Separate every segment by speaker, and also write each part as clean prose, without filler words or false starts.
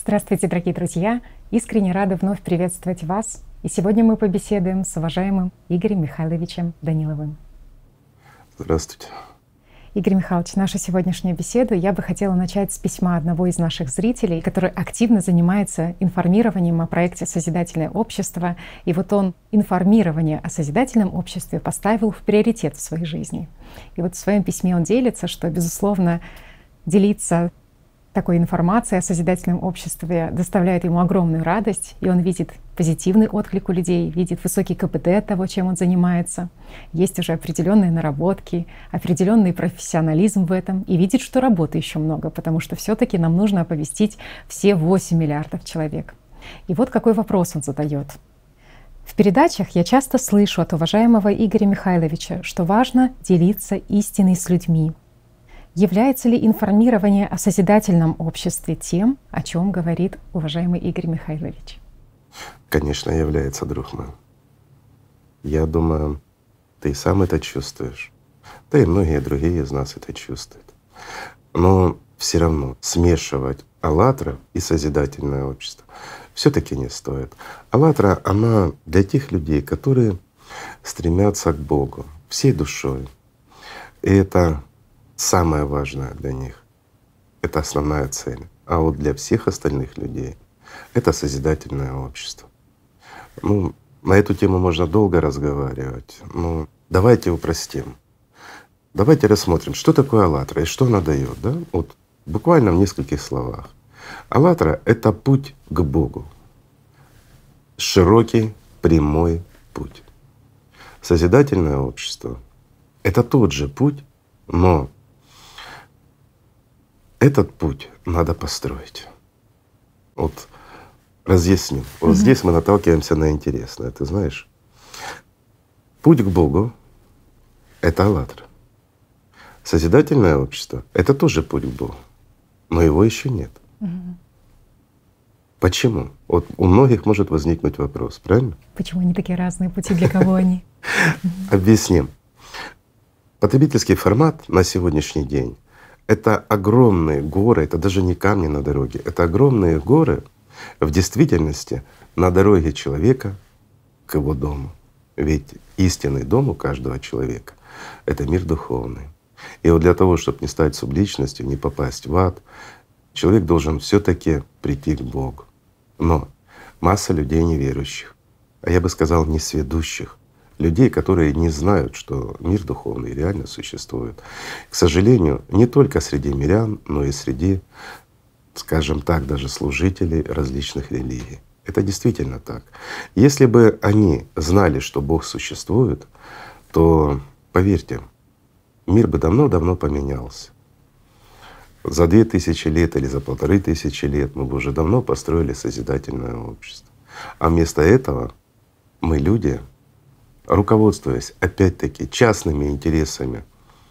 Speaker 1: Здравствуйте, дорогие друзья! Искренне рада вновь приветствовать вас. И сегодня мы побеседуем с уважаемым Игорем Михайловичем Даниловым.
Speaker 2: Здравствуйте.
Speaker 1: Игорь Михайлович, нашу сегодняшнюю беседу я бы хотела начать с письма одного из наших зрителей, который активно занимается информированием о проекте «Созидательное общество». И вот он информирование о созидательном обществе поставил в приоритет в своей жизни. И вот в своем письме он делится, что, безусловно, делиться такой информацией о созидательном обществе доставляет ему огромную радость, и он видит позитивный отклик у людей, видит высокий КПД от того, чем он занимается. Есть уже определенные наработки, определенный профессионализм в этом, и видит, что работы еще много, потому что все-таки нам нужно оповестить все 8 миллиардов человек. И вот какой вопрос он задает. В передачах я часто слышу от уважаемого Игоря Михайловича, что важно делиться истиной с людьми. Является ли информирование о созидательном обществе тем, о чем говорит уважаемый Игорь Михайлович?
Speaker 2: Конечно, является, друг мой. Я думаю, ты и сам это чувствуешь, да и многие другие из нас это чувствуют. Но все равно смешивать «АЛЛАТРА» и созидательное общество все-таки не стоит. «АЛЛАТРА» — она для тех людей, которые стремятся к Богу всей душой. И это самое важное для них, это основная цель. А вот для всех остальных людей это созидательное общество. На эту тему можно долго разговаривать, но давайте упростим. Давайте рассмотрим, что такое «АЛЛАТРА» и что она дает. Да? Вот буквально в нескольких словах. «АЛЛАТРА» — это путь к Богу, широкий, прямой путь. Созидательное общество — это тот же путь, но этот путь надо построить. Вот разъясню. Вот здесь мы наталкиваемся на интересное. Ты знаешь, путь к Богу — это «АЛЛАТРА». Созидательное общество — это тоже путь к Богу, но его еще нет. Почему? Вот у многих может возникнуть вопрос, правильно?
Speaker 1: Почему они такие разные пути, для кого они?
Speaker 2: Объясним. Потребительский формат на сегодняшний день — это огромные горы, это даже не камни на дороге, это огромные горы в действительности на дороге человека к его дому. Ведь истинный дом у каждого человека — это мир духовный. И вот для того, чтобы не стать субличностью, не попасть в ад, человек должен все-таки прийти к Богу. Но масса людей неверующих, а я бы сказал несведущих, людей, которые не знают, что мир духовный реально существует. К сожалению, не только среди мирян, но и среди, скажем так, даже служителей различных религий. Это действительно так. Если бы они знали, что Бог существует, то, поверьте, мир бы давно-давно поменялся. За 2000 лет или за 1500 лет мы бы уже давно построили созидательное общество. А вместо этого мы, люди, руководствуясь опять-таки частными интересами,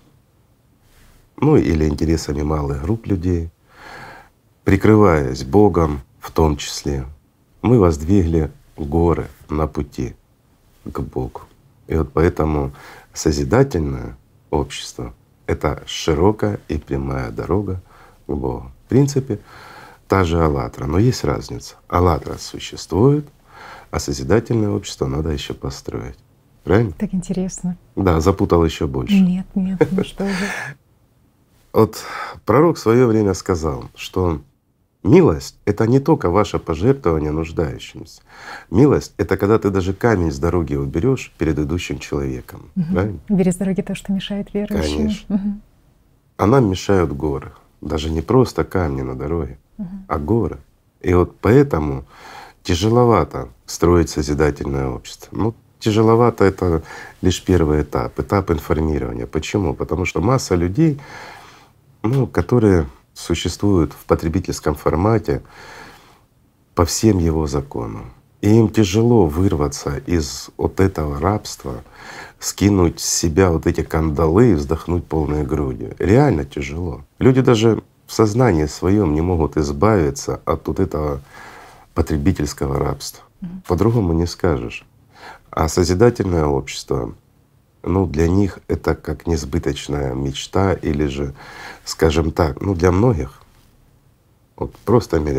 Speaker 2: или интересами малых групп людей, прикрываясь Богом в том числе, мы воздвигли горы на пути к Богу. И вот поэтому созидательное общество — это широкая и прямая дорога к Богу. В принципе, та же «АЛЛАТРА», но есть разница. «АЛЛАТРА» существует, а созидательное общество надо еще построить. Правильно?
Speaker 1: Так интересно.
Speaker 2: Да, запутал еще больше.
Speaker 1: Нет, ну что же.
Speaker 2: Вот пророк в свое время сказал, что милость — это не только ваше пожертвование нуждающимся. Милость — это когда ты даже камень с дороги уберешь перед идущим человеком. Правильно?
Speaker 1: Убери с дороги то, что мешает верующим.
Speaker 2: Конечно. А нам мешают горы. Даже не просто камни на дороге, а горы. И вот поэтому тяжеловато строить созидательное общество. Тяжеловато — это лишь первый этап, этап информирования. Почему? Потому что масса людей, которые существуют в потребительском формате по всем его законам. И им тяжело вырваться из вот этого рабства, скинуть с себя вот эти кандалы и вздохнуть полной грудью. Реально тяжело. Люди даже в сознании своем не могут избавиться от вот этого потребительского рабства. По-другому не скажешь. А созидательное общество, для них это как несбыточная мечта или же, скажем так, для многих, вот просто мирян,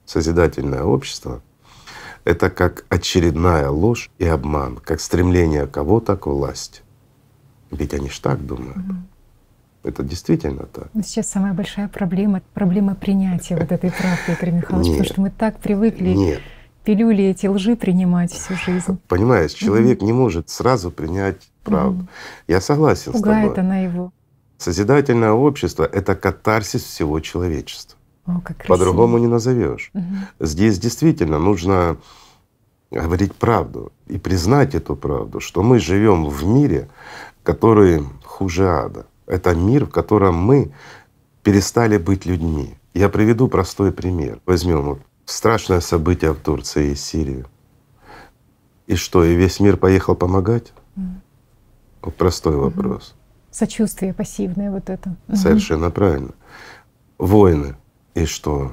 Speaker 2: созидательное общество — это как очередная ложь и обман, как стремление кого-то к власти. Ведь они ж так думают. Это действительно так.
Speaker 1: Но сейчас самая большая проблема — проблема принятия вот этой правды, Игорь Михайлович, потому
Speaker 2: Нет.
Speaker 1: что мы так привыкли
Speaker 2: Нет.
Speaker 1: пилюли эти лжи принимать всю жизнь.
Speaker 2: Понимаешь, человек не может сразу принять правду. Я согласен с
Speaker 1: Пугает
Speaker 2: тобой.
Speaker 1: она его.
Speaker 2: Созидательное общество — это катарсис всего человечества.
Speaker 1: О, как красиво.
Speaker 2: По-другому не назовешь. Здесь действительно нужно говорить правду и признать эту правду, что мы живем в мире, который хуже ада. Это мир, в котором мы перестали быть людьми. Я приведу простой пример. Возьмем вот страшное событие в Турции и Сирии. И что, и весь мир поехал помогать? Вот простой вопрос.
Speaker 1: Сочувствие пассивное вот это.
Speaker 2: Совершенно правильно. Войны. И что?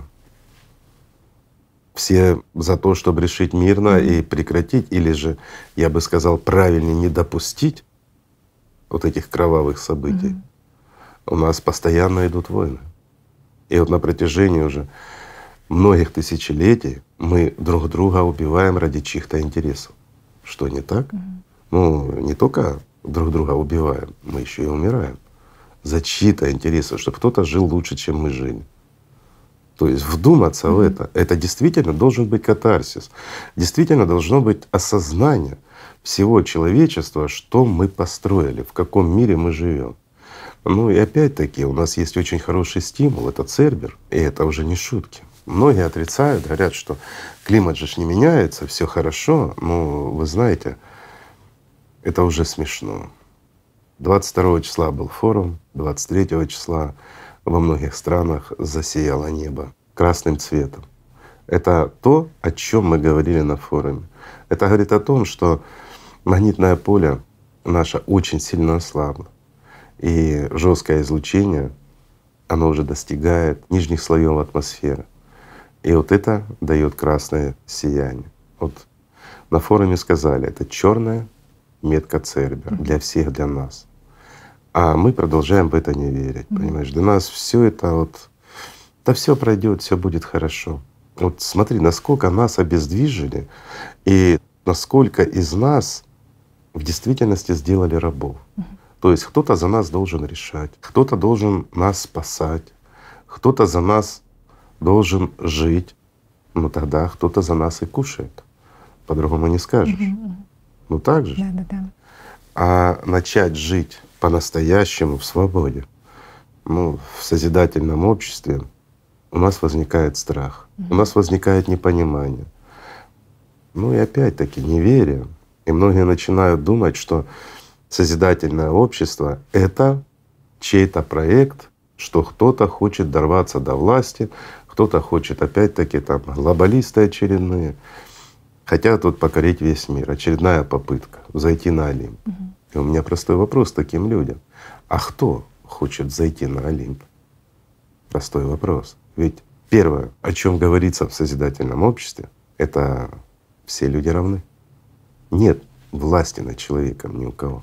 Speaker 2: Все за то, чтобы решить мирно и прекратить, или же, я бы сказал, правильнее не допустить вот этих кровавых событий. У нас постоянно идут войны. И вот на протяжении уже многих тысячелетий мы друг друга убиваем ради чьих-то интересов. Что, не так? Ну, не только друг друга убиваем, мы еще и умираем за чьи-то интересы, чтобы кто-то жил лучше, чем мы жили. То есть вдуматься в это действительно должен быть катарсис, действительно должно быть осознание всего человечества, что мы построили, в каком мире мы живем. Ну и опять-таки у нас есть очень хороший стимул — это Цербер, и это уже не шутки. Многие отрицают, говорят, что климат же не меняется, все хорошо, но вы знаете, это уже смешно. 22 числа был форум, 23 числа во многих странах засияло небо красным цветом. Это то, о чем мы говорили на форуме. Это говорит о том, что магнитное поле наше очень сильно ослабло, и жесткое излучение, оно уже достигает нижних слоев атмосферы. И вот это дает красное сияние. Вот на форуме сказали, это черная метка Цербера для всех, для нас. А мы продолжаем в это не верить, понимаешь? Для нас все это вот, да все пройдет, все будет хорошо. Вот смотри, насколько нас обездвижили и насколько из нас в действительности сделали рабов. То есть кто-то за нас должен решать, кто-то должен нас спасать, кто-то за нас должен жить. Ну тогда кто-то за нас и кушает. По-другому не скажешь. Ну так же.
Speaker 1: Да.
Speaker 2: А начать жить по-настоящему в свободе, ну, в созидательном обществе, у нас возникает страх, у нас возникает непонимание. Ну и опять-таки неверие. И многие начинают думать, что созидательное общество — это чей-то проект, что кто-то хочет дорваться до власти, кто-то хочет опять-таки там глобалисты очередные, хотят тут покорить весь мир. Очередная попытка зайти на Олимп. И у меня простой вопрос таким людям. А кто хочет зайти на Олимп? Простой вопрос. Ведь первое, о чем говорится в созидательном обществе, это все люди равны. Нет власти над человеком ни у кого.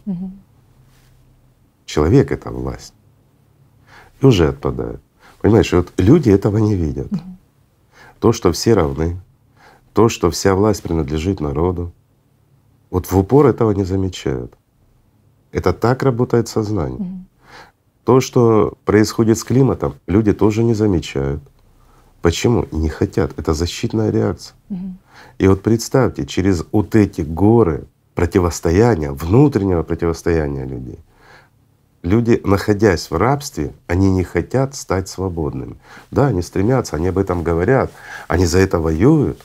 Speaker 2: Человек — это власть. И уже отпадает. Понимаешь, и вот люди этого не видят. То, что все равны, то, что вся власть принадлежит народу, вот в упор этого не замечают. Это так работает сознание. То, что происходит с климатом, люди тоже не замечают. Почему? Не хотят. Это защитная реакция. И вот представьте, через вот эти горы противостояния, внутреннего противостояния людей, люди, находясь в рабстве, они не хотят стать свободными. Да, они стремятся, они об этом говорят, они за это воюют,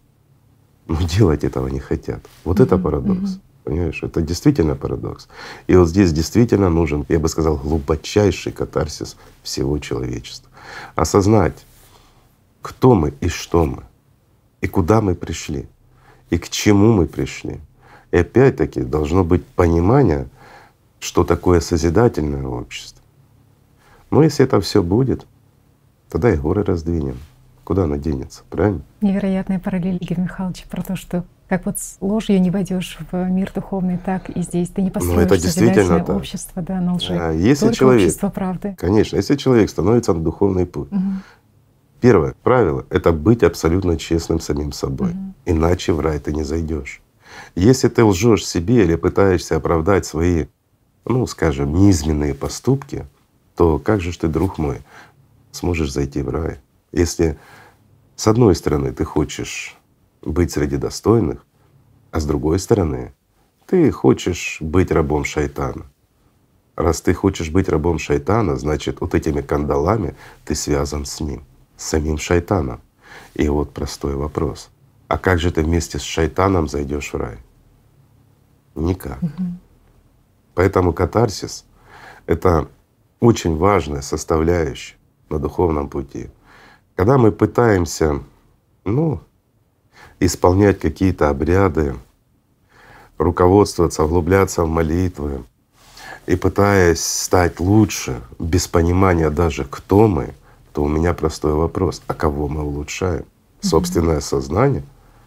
Speaker 2: но делать этого не хотят. Вот это парадокс. Понимаешь, это действительно парадокс. И вот здесь действительно нужен, я бы сказал, глубочайший катарсис всего человечества. Осознать, кто мы и что мы, и куда мы пришли, и к чему мы пришли. И опять-таки должно быть понимание, что такое созидательное общество. Но если это все будет, тогда и горы раздвинем. Куда она денется, правильно?
Speaker 1: Невероятная параллель, Игорь Михайлович, про то, что как вот с ложью не войдешь в мир духовный, так и здесь ты не построишь
Speaker 2: это действительно
Speaker 1: созидательное
Speaker 2: так.
Speaker 1: общество, на лжи.
Speaker 2: Если
Speaker 1: Только
Speaker 2: человек,
Speaker 1: общество правды.
Speaker 2: конечно, если человек становится на духовный путь, Первое правило — это быть абсолютно честным самим собой. Иначе в рай ты не зайдешь. Если ты лжешь себе или пытаешься оправдать свои, ну, скажем, низменные поступки, то как же ж ты, друг мой, сможешь зайти в рай? Если с одной стороны ты хочешь быть среди достойных, а с другой стороны ты хочешь быть рабом шайтана. Раз ты хочешь быть рабом шайтана, значит, вот этими кандалами ты связан с ним, с самим шайтаном. И вот простой вопрос: а как же ты вместе с шайтаном зайдешь в рай? Никак. Поэтому катарсис — это очень важная составляющая на духовном пути. Когда мы пытаемся, ну, исполнять какие-то обряды, руководствоваться, углубляться в молитвы и пытаясь стать лучше, без понимания даже, кто мы, то у меня простой вопрос: а кого мы улучшаем? Собственное сознание?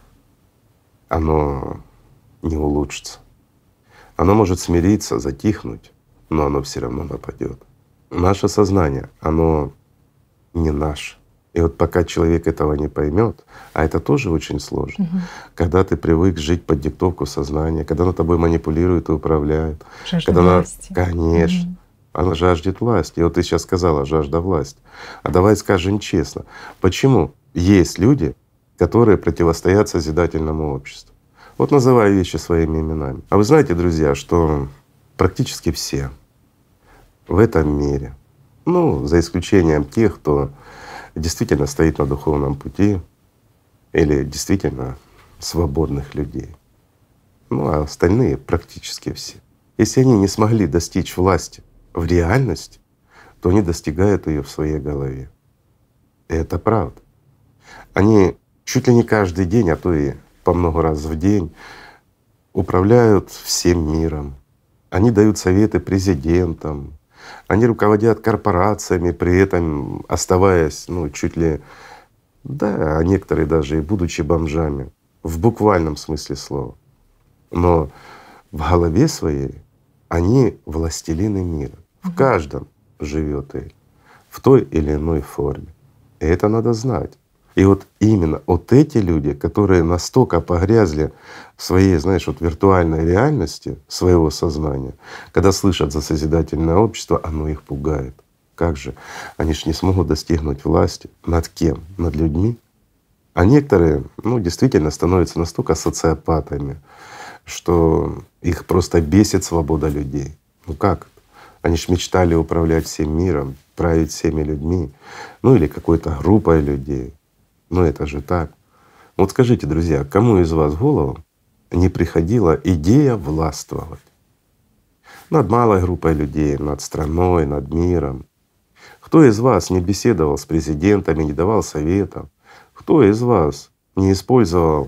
Speaker 2: Оно не улучшится. Оно может смириться, затихнуть, но оно все равно нападет. Наше сознание, оно не наше. И вот пока человек этого не поймет, а это тоже очень сложно, когда ты привык жить под диктовку сознания, когда над тобой манипулируют и управляют,
Speaker 1: Жажда власти.
Speaker 2: Конечно, она жаждет власти. И вот ты сейчас сказала — жажда власти. А давай скажем честно, почему есть люди, которые противостоят созидательному обществу? Вот называю вещи своими именами. А вы знаете, друзья, что практически все в этом мире, ну, за исключением тех, кто действительно стоит на духовном пути или действительно свободных людей, ну а остальные практически все, если они не смогли достичь власти в реальности, то они достигают ее в своей голове. И это правда. Они чуть ли не каждый день, а то и по много раз в день управляют всем миром. Они дают советы президентам, они руководят корпорациями, при этом оставаясь, ну, чуть ли, да, а некоторые даже и будучи бомжами, в буквальном смысле слова. Но в голове своей они властелины мира. В каждом живет Эль в той или иной форме. И это надо знать. И вот именно вот эти люди, которые настолько погрязли в своей, знаешь, вот виртуальной реальности своего сознания, когда слышат за созидательное общество, оно их пугает. Как же? Они ж не смогут достигнуть власти. Над кем? Над людьми? А некоторые, ну, действительно становятся настолько социопатами, что их просто бесит свобода людей. Ну как? Они ж мечтали управлять всем миром, править всеми людьми, ну или какой-то группой людей. Но это же так. Вот скажите, друзья, кому из вас в голову не приходила идея властвовать над малой группой людей, над страной, над миром? Кто из вас не беседовал с президентами, не давал советов? Кто из вас не использовал,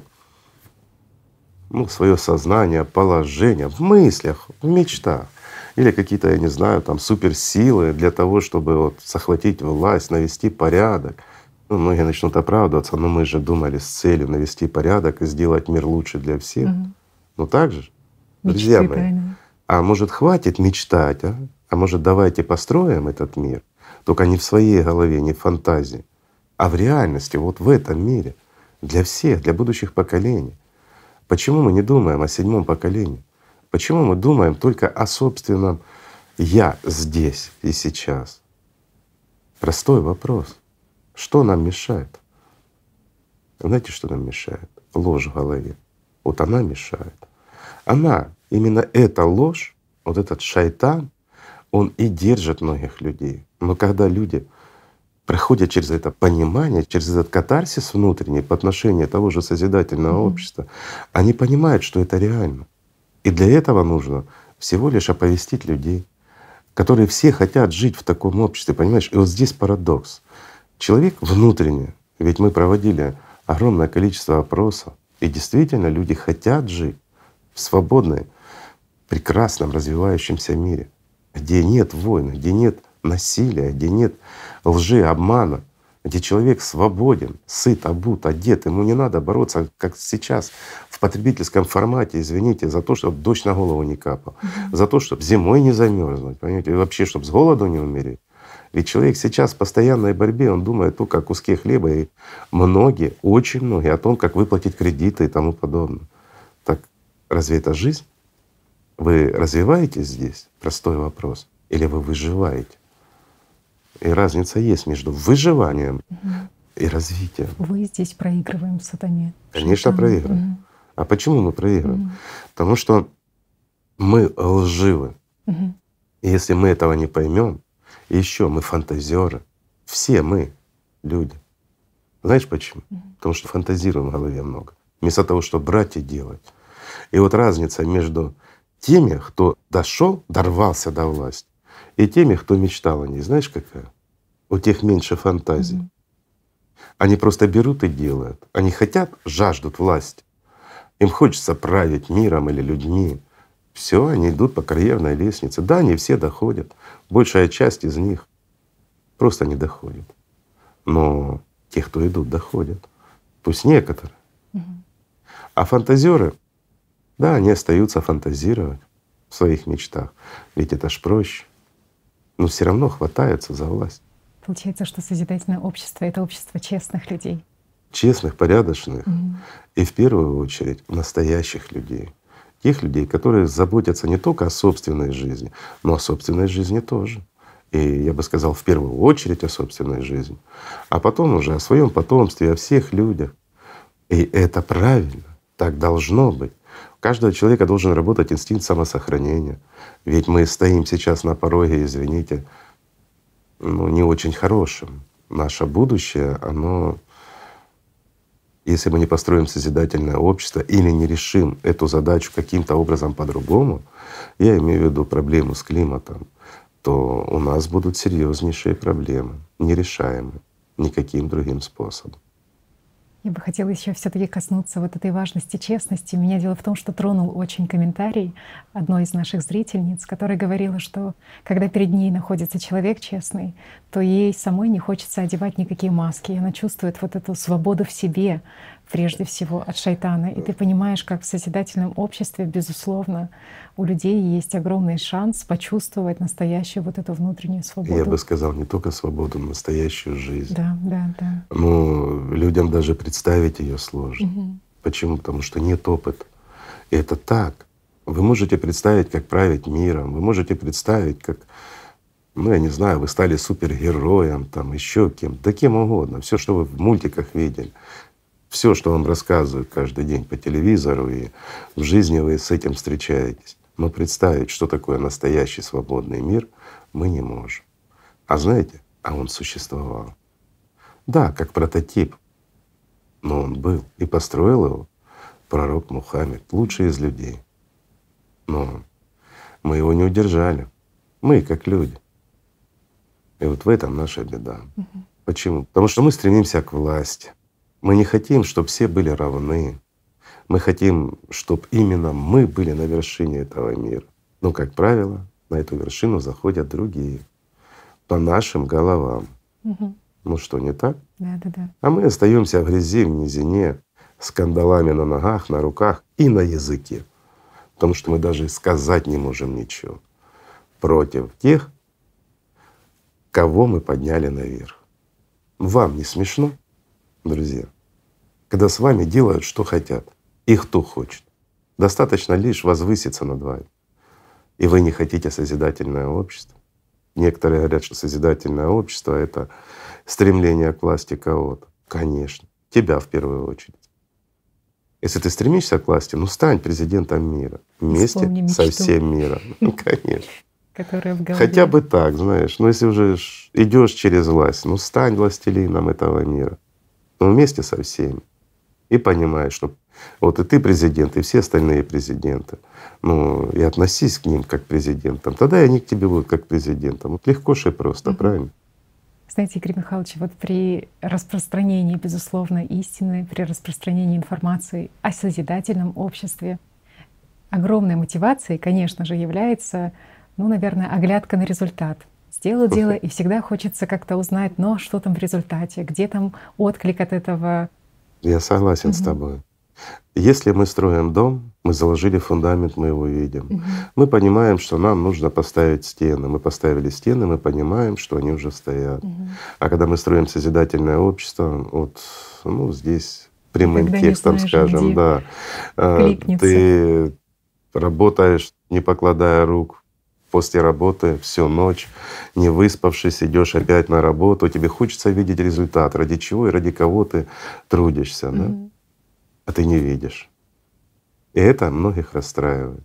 Speaker 2: ну, свое сознание, положение в мыслях, в мечтах или какие-то, я не знаю, там суперсилы для того, чтобы вот захватить власть, навести порядок? Ну, многие начнут оправдываться: но мы же думали с целью навести порядок и сделать мир лучше для всех. Ну так же, друзья мои. А может, хватит мечтать, а? А может, давайте построим этот мир, только не в своей голове, не в фантазии, а в реальности, вот в этом мире, для всех, для будущих поколений. Почему мы не думаем о 7-м поколении? Почему мы думаем только о собственном «я» здесь и сейчас? Простой вопрос. Что нам мешает? Знаете, что нам мешает? Ложь в голове. Вот она мешает. Она, именно эта ложь, вот этот шайтан, он и держит многих людей. Но когда люди проходят через это понимание, через этот катарсис внутренний по отношению того же созидательного общества, они понимают, что это реально. И для этого нужно всего лишь оповестить людей, которые все хотят жить в таком обществе, понимаешь? И вот здесь парадокс. Человек внутренне, ведь мы проводили огромное количество опросов, и действительно люди хотят жить в свободной, прекрасном, развивающемся мире, где нет войн, где нет насилия, где нет лжи, обмана, где человек свободен, сыт, обут, одет, ему не надо бороться, как сейчас в потребительском формате, извините, за то, чтобы дождь на голову не капал, за то, чтобы зимой не замерзнуть, понимаете, и вообще, чтобы с голоду не умереть. Ведь человек сейчас в постоянной борьбе, он думает только о куске хлеба, и многие, очень многие, о том, как выплатить кредиты и тому подобное. Так разве это жизнь? Вы развиваетесь здесь? Простой вопрос. Или вы выживаете? И разница есть между выживанием и развитием.
Speaker 1: Вы здесь проигрываем сатане.
Speaker 2: Конечно, проигрываем. А почему мы проигрываем? Потому что мы лживы. И если мы этого не поймем, еще мы фантазеры. Все мы люди. Знаешь почему? Потому что фантазируем в голове много. Вместо того, чтобы брать и делать. И вот разница между теми, кто дошел, дорвался до власти, и теми, кто мечтал о ней, знаешь какая? У тех меньше фантазий. Они просто берут и делают. Они хотят, жаждут власти. Им хочется править миром или людьми. Все, они идут по карьерной лестнице. Да, не все доходят. Большая часть из них просто не доходит. Но те, кто идут, доходят. Пусть некоторые. А фантазеры, да, они остаются фантазировать в своих мечтах. Ведь это ж проще. Но все равно хватаются за власть.
Speaker 1: Получается, что созидательное общество — это общество честных людей.
Speaker 2: Честных, порядочных и в первую очередь настоящих людей. Тех людей, которые заботятся не только о собственной жизни, но о собственной жизни тоже. И я бы сказал, в первую очередь о собственной жизни, а потом уже о своем потомстве, о всех людях. И это правильно, так должно быть. У каждого человека должен работать инстинкт самосохранения. Ведь мы стоим сейчас на пороге, извините, не очень хорошим. Наше будущее, оно, если мы не построим созидательное общество или не решим эту задачу каким-то образом по-другому, я имею в виду проблему с климатом, то у нас будут серьезнейшие проблемы, нерешаемые никаким другим способом.
Speaker 1: Я бы хотела еще все-таки коснуться вот этой важности честности. Меня дело в том, что тронул очень комментарий одной из наших зрительниц, которая говорила, что когда перед ней находится человек честный, то ей самой не хочется одевать никакие маски. И она чувствует вот эту свободу в себе, прежде всего от шайтана. И ты понимаешь, как в созидательном обществе, безусловно, у людей есть огромный шанс почувствовать настоящую вот эту внутреннюю свободу.
Speaker 2: Я бы сказал, не только свободу, но настоящую жизнь.
Speaker 1: Да, да, да.
Speaker 2: Ну, людям даже представить ее сложно. Почему? Потому что нет опыта. И это так. Вы можете представить, как править миром, вы можете представить, как, я не знаю, вы стали супергероем, там еще кем, да кем угодно, все, что вы в мультиках видели. Все, что вам рассказывают каждый день по телевизору, и в жизни вы с этим встречаетесь. Но представить, что такое настоящий свободный мир, мы не можем. А знаете, он существовал. Да, как прототип, но он был. И построил его пророк Мухаммед, лучший из людей. Но мы его не удержали. Мы как люди. И вот в этом наша беда. Почему? Потому что мы стремимся к власти. Мы не хотим, чтобы все были равны. Мы хотим, чтобы именно мы были на вершине этого мира. Но, как правило, на эту вершину заходят другие по нашим головам. Ну что, не так?
Speaker 1: Да, да, да.
Speaker 2: А мы остаемся в грязи, в низине, с кандалами на ногах, на руках и на языке. Потому что мы даже сказать не можем ничего против тех, кого мы подняли наверх. Вам не смешно, друзья, когда с вами делают, что хотят и кто хочет? Достаточно лишь возвыситься над вами. И вы не хотите созидательное общество. Некоторые говорят, что созидательное общество — это стремление к власти кого-то. Конечно, тебя в первую очередь. Если ты стремишься к власти, стань президентом мира вместе со всем миром. Конечно.
Speaker 1: Которая в голове.
Speaker 2: Хотя бы так, знаешь. Если уже идешь через власть, стань властелином этого мира. Вместе со всеми. И понимаешь, что вот и ты президент, и все остальные президенты. И относись к ним как к президентам. Тогда и они к тебе будут как к президентам. Вот легко и просто, правильно?
Speaker 1: Знаете, Игорь Михайлович, вот при распространении, безусловно, истины, при распространении информации о созидательном обществе огромной мотивацией, конечно же, является, наверное, оглядка на результат. Сделал дело, и всегда хочется как-то узнать, что там в результате, где там отклик от этого.
Speaker 2: Я согласен с тобой. Если мы строим дом, мы заложили фундамент, мы его видим. Мы понимаем, что нам нужно поставить стены. Мы поставили стены, мы понимаем, что они уже стоят. А когда мы строим созидательное общество, вот здесь прямым
Speaker 1: Когда не
Speaker 2: текстом
Speaker 1: знаешь,
Speaker 2: скажем,
Speaker 1: где
Speaker 2: да,
Speaker 1: кликнется.
Speaker 2: ты работаешь, не покладая рук, после работы всю ночь, не выспавшись, идешь опять на работу, тебе хочется видеть результат, ради чего и ради кого ты трудишься, да? А ты не видишь. И это многих расстраивает.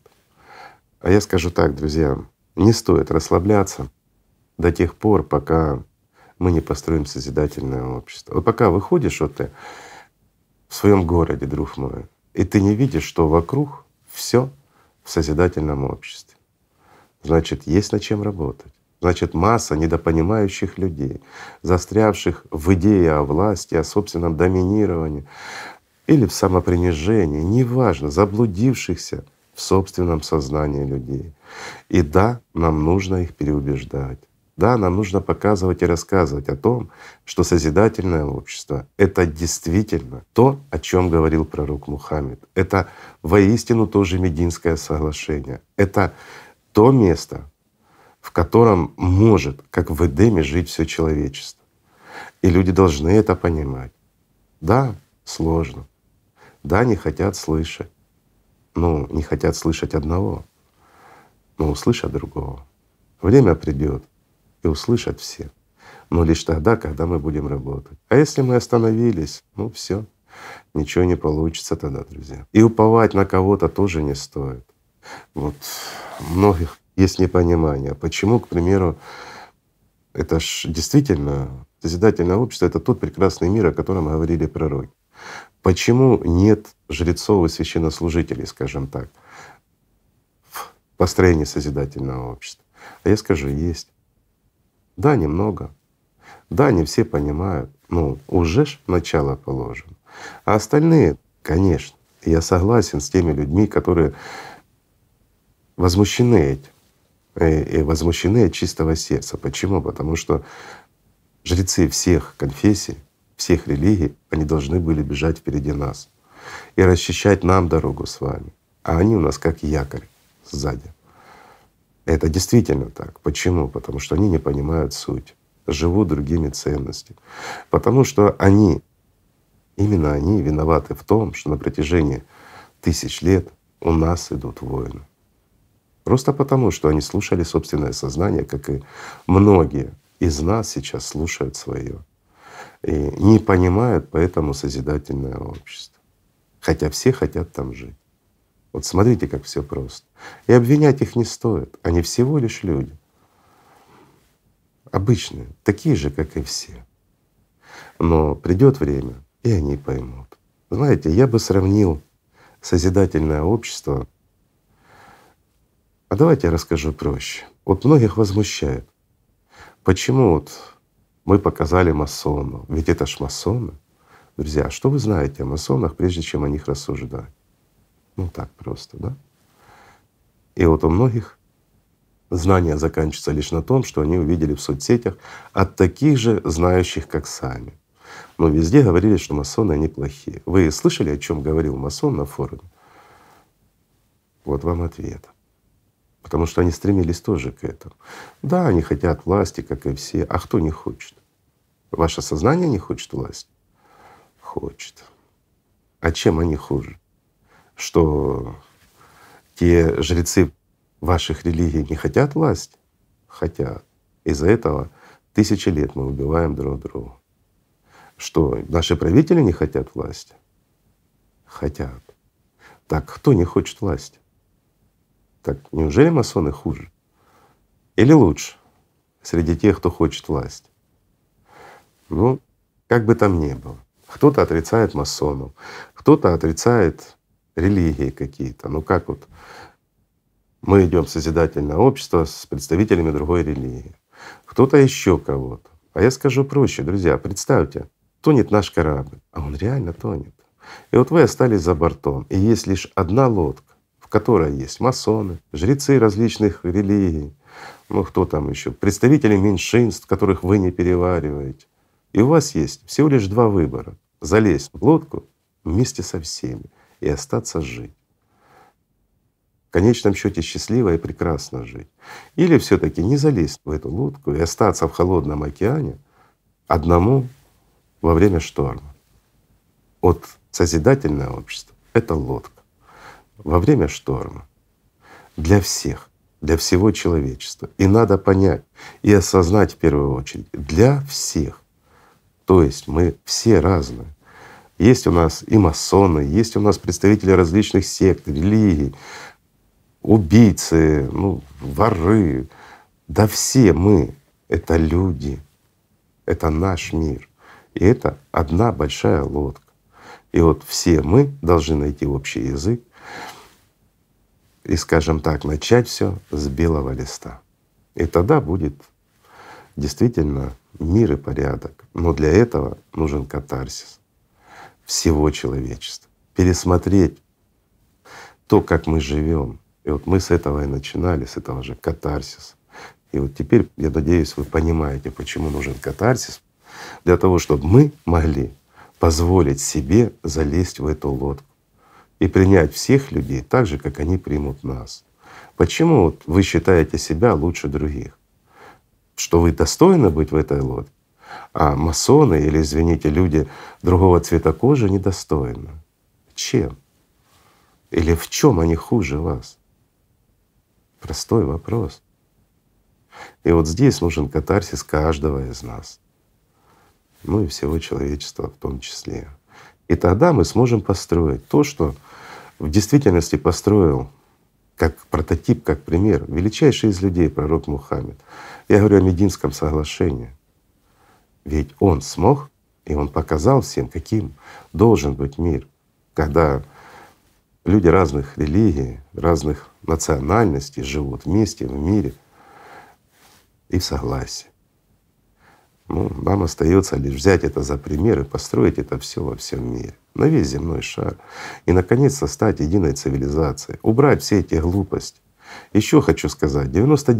Speaker 2: А я скажу так, друзья, не стоит расслабляться до тех пор, пока мы не построим созидательное общество. Вот пока выходишь вот ты в своем городе, друг мой, и ты не видишь, что вокруг все в созидательном обществе, значит, есть над чем работать. Значит, масса недопонимающих людей, застрявших в идее о власти, о собственном доминировании или в самопринижении, неважно, заблудившихся в собственном сознании людей. И да, нам нужно их переубеждать. Да, нам нужно показывать и рассказывать о том, что созидательное общество — это действительно то, о чем говорил пророк Мухаммед. Это воистину тоже Мединское соглашение. Это то место, в котором может, как в Эдеме, жить все человечество. И люди должны это понимать. Да, сложно. Да, не хотят слышать. Не хотят слышать одного, но услышат другого. Время придет, и услышат все. Но лишь тогда, когда мы будем работать. А если мы остановились, все, ничего не получится тогда, друзья. И уповать на кого-то тоже не стоит. Вот у многих есть непонимание. Почему, к примеру, это ж действительно созидательное общество — это тот прекрасный мир, о котором говорили пророки. Почему нет жрецов и священнослужителей, скажем так, в построении созидательного общества? А я скажу, есть. Да, немного. Да, не все понимают, уже ж начало положено. А остальные, конечно, я согласен с теми людьми, которые возмущены этим. И возмущены от чистого сердца. Почему? Потому что жрецы всех конфессий, всех религий, они должны были бежать впереди нас и расчищать нам дорогу с вами. А они у нас как якорь сзади. Это действительно так. Почему? Потому что они не понимают суть, живут другими ценностями. Потому что именно они виноваты в том, что на протяжении тысяч лет у нас идут войны. Просто потому, что они слушали собственное сознание, как и многие из нас сейчас слушают свое. И не понимают поэтому созидательное общество. Хотя все хотят там жить. Вот смотрите, как все просто. И обвинять их не стоит. Они всего лишь люди. Обычные, такие же, как и все. Но придет время, и они поймут. Знаете, я бы сравнил созидательное общество. А давайте я расскажу проще. Вот многих возмущает. Почему вот мы показали масонов? Ведь это ж масоны. Друзья, а что вы знаете о масонах, прежде чем о них рассуждать? Так просто, да? И вот у многих знания заканчиваются лишь на том, что они увидели в соцсетях от таких же знающих, как сами. Но везде говорили, что масоны они плохие. Вы слышали, о чем говорил масон на форуме? Вот вам ответ. Потому что они стремились тоже к этому. Да, они хотят власти, как и все. А кто не хочет? Ваше сознание не хочет власти? Хочет. А чем они хуже? Что те жрецы ваших религий не хотят власти? Хотят. Из-за этого тысячи лет мы убиваем друг друга. Что наши правители не хотят власти? Хотят. Так кто не хочет власти? Так неужели масоны хуже? Или лучше среди тех, кто хочет власти? Как бы там ни было. Кто-то отрицает масонов, кто-то отрицает религии какие-то. Как вот мы идем в созидательное общество с представителями другой религии, кто-то еще кого-то. А я скажу проще, друзья, представьте, тонет наш корабль, а он реально тонет. И вот вы остались за бортом, и есть лишь одна лодка, в которой есть масоны, жрецы различных религий, кто там еще, представители меньшинств, которых вы не перевариваете. И у вас есть всего лишь два выбора: залезть в лодку вместе со всеми и остаться жить. В конечном счете счастливо и прекрасно жить. Или все-таки не залезть в эту лодку и остаться в холодном океане одному во время шторма. Вот созидательное общество — это лодка во время шторма для всех, для всего человечества. И надо понять и осознать в первую очередь — для всех. То есть мы все разные. Есть у нас и масоны, есть у нас представители различных сект, религий, убийцы, воры. Да все мы — это люди, это наш мир. И это одна большая лодка. И вот все мы должны найти общий язык и, скажем так, начать все с белого листа. И тогда будет действительно мир и порядок. Но для этого нужен катарсис всего человечества. Пересмотреть то, как мы живем. И вот мы с этого и начинали, с этого же катарсиса. И вот теперь, я надеюсь, вы понимаете, почему нужен катарсис. Для того, чтобы мы могли позволить себе залезть в эту лодку и принять всех людей так же, как они примут нас. Почему вот вы считаете себя лучше других? Что вы достойны быть в этой лодке, а масоны или, извините, люди другого цвета кожи недостойны? Чем? Или в чем они хуже вас? Простой вопрос. И вот здесь нужен катарсис каждого из нас, ну и всего человечества в том числе. И тогда мы сможем построить то, что в действительности построил как прототип, как пример величайший из людей пророк Мухаммед. Я говорю о Мединском соглашении. Ведь он смог, и он показал всем, каким должен быть мир, когда люди разных религий, разных национальностей живут вместе в мире и в согласии. Нам остается лишь взять это за пример и построить это все во всем мире, на весь земной шар. И наконец-то стать единой цивилизацией, убрать все эти глупости. Еще хочу сказать,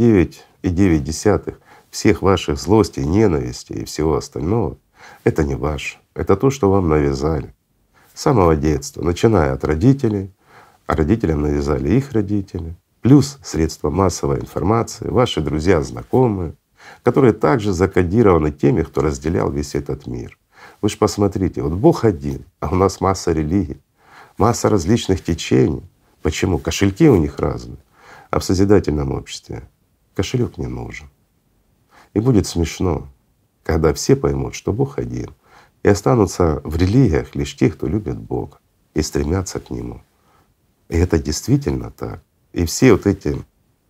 Speaker 2: 99,9 всех ваших злостей, ненависти и всего остального — это не ваше, это то, что вам навязали с самого детства, начиная от родителей, а родителям навязали их родители, плюс средства массовой информации, ваши друзья, знакомые, которые также закодированы теми, кто разделял весь этот мир. Вы же посмотрите, вот Бог один, а у нас масса религий, масса различных течений. Почему? Кошельки у них разные. А в созидательном обществе кошелек не нужен. И будет смешно, когда все поймут, что Бог один, и останутся в религиях лишь те, кто любит Бога и стремятся к Нему. И это действительно так. И все вот эти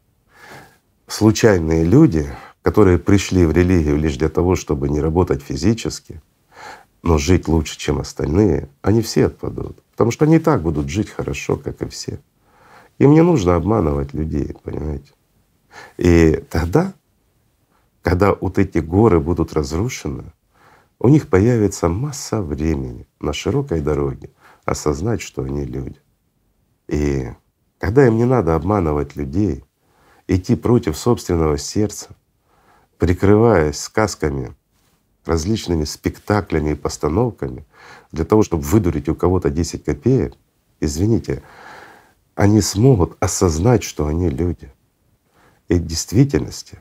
Speaker 2: случайные люди, которые пришли в религию лишь для того, чтобы не работать физически, но жить лучше, чем остальные, они все отпадут. Потому что они и так будут жить хорошо, как и все. Им не нужно обманывать людей, понимаете? И тогда, когда вот эти горы будут разрушены, у них появится масса времени на широкой дороге осознать, что они люди. И когда им не надо обманывать людей, идти против собственного сердца, прикрываясь сказками, различными спектаклями и постановками для того, чтобы выдурить у кого-то 10 копеек, извините, они смогут осознать, что они люди. И в действительности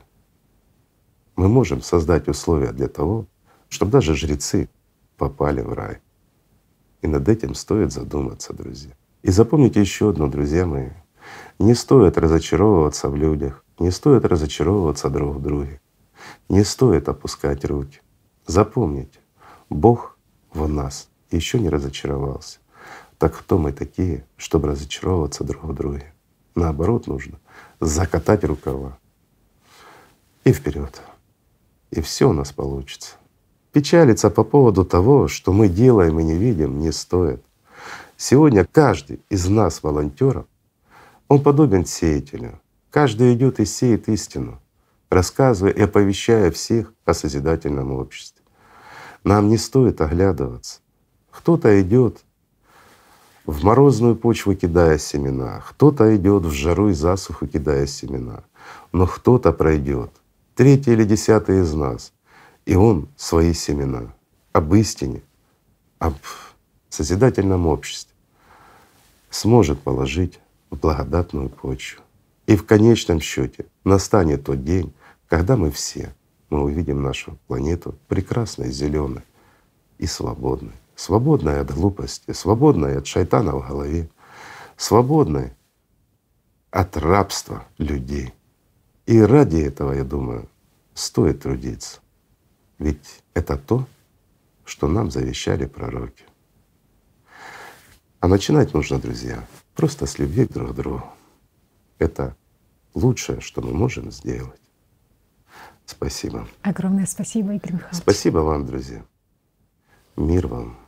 Speaker 2: мы можем создать условия для того, чтобы даже жрецы попали в рай. И над этим стоит задуматься, друзья. И запомните еще одно, друзья мои, не стоит разочаровываться в людях, не стоит разочаровываться друг в друге, не стоит опускать руки. Запомните, Бог в нас еще не разочаровался. Так кто мы такие, чтобы разочаровываться друг в друге? Наоборот, нужно закатать рукава и вперед. И все у нас получится. Печалиться по поводу того, что мы делаем и не видим, не стоит. Сегодня каждый из нас, волонтеров, он подобен сеятелю. Каждый идет и сеет истину, рассказывая и оповещая всех о созидательном обществе. Нам не стоит оглядываться. Кто-то идет в морозную почву, кидая семена, кто-то идет в жару и засуху, кидая семена, но кто-то пройдет, 3-й или 10-й из нас, и он свои семена об истине, об созидательном обществе сможет положить в благодатную почву. И в конечном счете настанет тот день, когда мы увидим нашу планету прекрасной, зеленой и свободной. Свободной от глупости, свободной от шайтана в голове, свободной от рабства людей. И ради этого, я думаю, стоит трудиться. Ведь это то, что нам завещали пророки. А начинать нужно, друзья, просто с любви друг к другу. Это лучшее, что мы можем сделать. Спасибо.
Speaker 1: Огромное спасибо, Игорь Михайлович.
Speaker 2: Спасибо вам, друзья. Мир вам.